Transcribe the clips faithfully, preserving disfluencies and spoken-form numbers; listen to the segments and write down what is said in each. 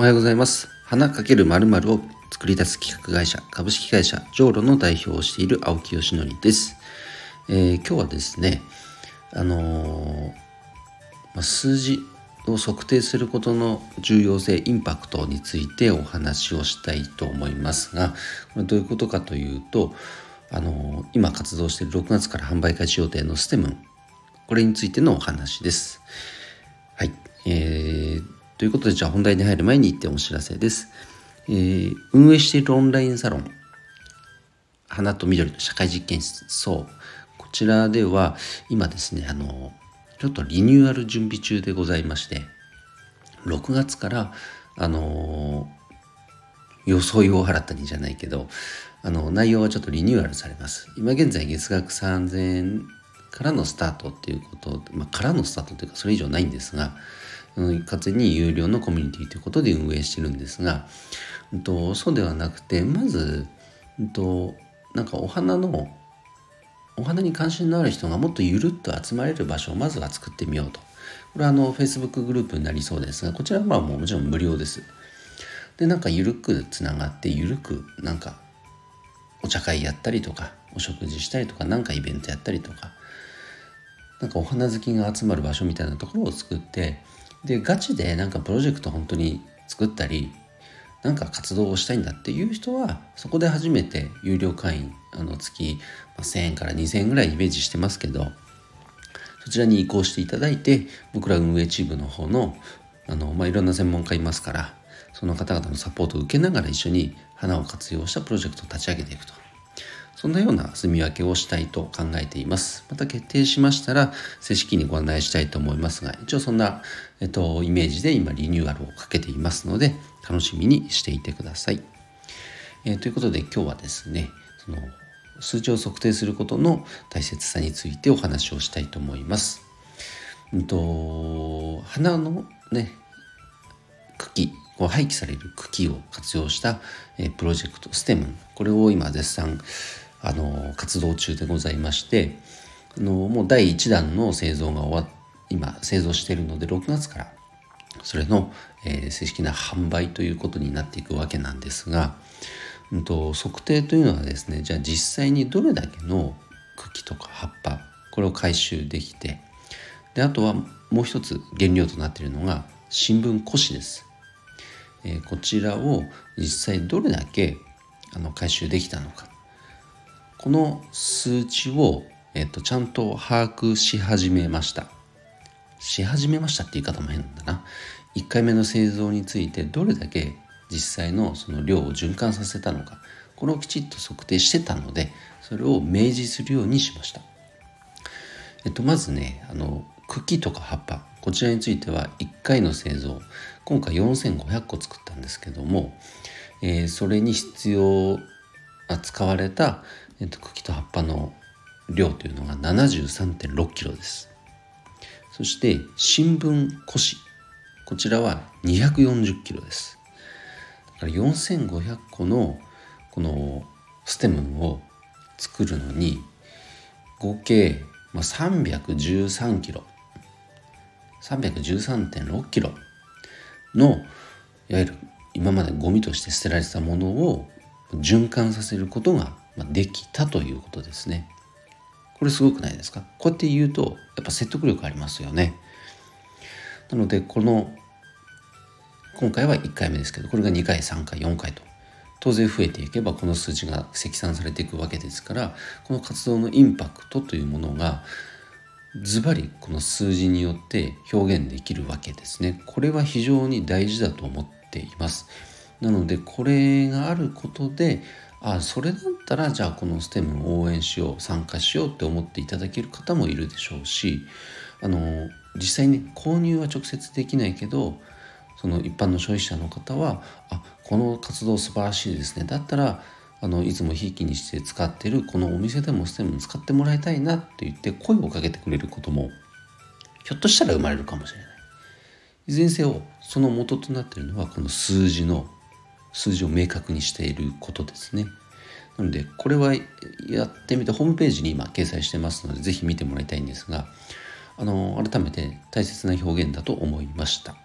はようございます。花×〇〇を作り出す企画会社株式会社ジョーロの代表をしている青木よしのりです。えー、今日はですね、あのーまあ、数字を測定することの重要性、インパクトについてお話をしたいと思いますが、これどういうことかというと、あのー、今活動しているろくがつから販売開始予定のステムン、これについてのお話です。はい、えー、ということで、じゃあ本題に入る前に一点お知らせです。えー、運営しているオンラインサロン花と緑の社会実験室、そうこちらでは今ですね、あのちょっとリニューアル準備中でございまして、ろくがつからあの装いを払ったりじゃないけど、あの内容がちょっとリニューアルされます。今現在月額さんぜんえんからのスタートっていうこと、まあ、からのスタートというかそれ以上ないんですが、完全に有料のコミュニティということで運営してるんですが、うんと、そうではなくて、まず、うんと、なんかお花のお花に関心のある人がもっとゆるっと集まれる場所をまずは作ってみようと。これはあの Facebook グループになりそうですが、こちらはまあもうもちろん無料です。で、なんかゆるくつながって、ゆるくなんかお茶会やったりとか、お食事したりとか、なんかイベントやったりとか、なんかお花好きが集まる場所みたいなところを作って、でガチでなんかプロジェクト本当に作ったり、なんか活動をしたいんだっていう人は、そこで初めて有料会員、あの月せんえんからにせんえんぐらいイメージしてますけど、そちらに移行していただいて、僕ら運営チームの方のあの、まあ、いろんな専門家いますから、その方々のサポートを受けながら一緒に花を活用したプロジェクトを立ち上げていくと、そんなような住み分けをしたいと考えています。また決定しましたら正式にご案内したいと思いますが、一応そんな、えっと、イメージで今リニューアルをかけていますので、楽しみにしていてください。えー、ということで今日はですね、その数値を測定することの大切さについてお話をしたいと思います。うんと、花のね、茎、こう廃棄される茎を活用した、えー、プロジェクトステム、これを今絶賛あの活動中でございまして、あのもうだいいちだんの製造が終わっ今製造しているので、ろくがつからそれの、えー、正式な販売ということになっていくわけなんですが、うんと、測定というのはですね、じゃあ実際にどれだけの茎とか葉っぱ、これを回収できて、であとはもう一つ原料となっているのが新聞古紙です。えー、こちらを実際どれだけあの回収できたのか、この数値を、えっと、ちゃんと把握し始めましたし始めましたって言い方も変なんだな。いっかいめの製造についてどれだけ実際のその量を循環させたのか、これをきちっと測定してたので、それを明示するようにしました。えっと、まずね、あの茎とか葉っぱ、こちらについてはいっかいの製造、今回よんせんごひゃっこ作ったんですけども、えー、それに必要使われた、えっと、茎と葉っぱの量というのが ななじゅうさんてんろくキロです。そして新聞古紙、こちらはにひゃくよんじゅっキロです。だからよんせんごひゃっこのこのステムンを作るのに合計さんびゃくじゅうさんキロ、さんびゃくじゅうさんてんろくキロのいわゆる今までゴミとして捨てられてたものを循環させることができたということですね。これすごくないですか？こうやって言うとやっぱ説得力ありますよね。なのでこの今回はいっかいめですけど、これがにかい、さんかい、よんかいと当然増えていけばこの数値が積算されていくわけですから、この活動のインパクトというものがズバリこの数字によって表現できるわけですね。これは非常に大事だと思っています。なのでこれがあることで、あ、それだったらじゃあこのステムを応援しよう、参加しようって思っていただける方もいるでしょうし、あの実際に購入は直接できないけど、その一般の消費者の方は、あ、この活動素晴らしいですね、だったらあのいつもひいきにして使ってるこのお店でもステム使ってもらいたいなって言って声をかけてくれることもひょっとしたら生まれるかもしれない。いずれにせよその元となっているのはこの数字の数字を明確にしていることですね。なのでこれはやってみてホームページに今掲載してますので、ぜひ見てもらいたいんですが、あの改めて大切な表現だと思いました。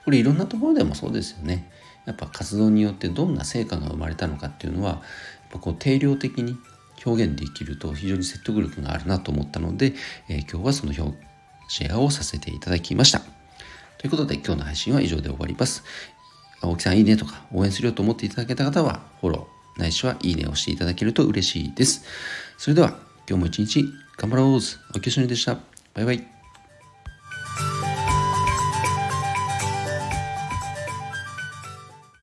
これいろんなところでもそうですよね。やっぱ活動によってどんな成果が生まれたのかっていうのは、やっぱこう定量的に表現できると非常に説得力があるなと思ったので、えー、今日はその表シェアをさせていただきました。ということで今日の配信は以上で終わります。青木さんいいねとか応援するよと思っていただけた方はフォローないしはいいねをしていただけると嬉しいです。それでは今日も一日頑張ろう。青木よしのりでした。バイバイ。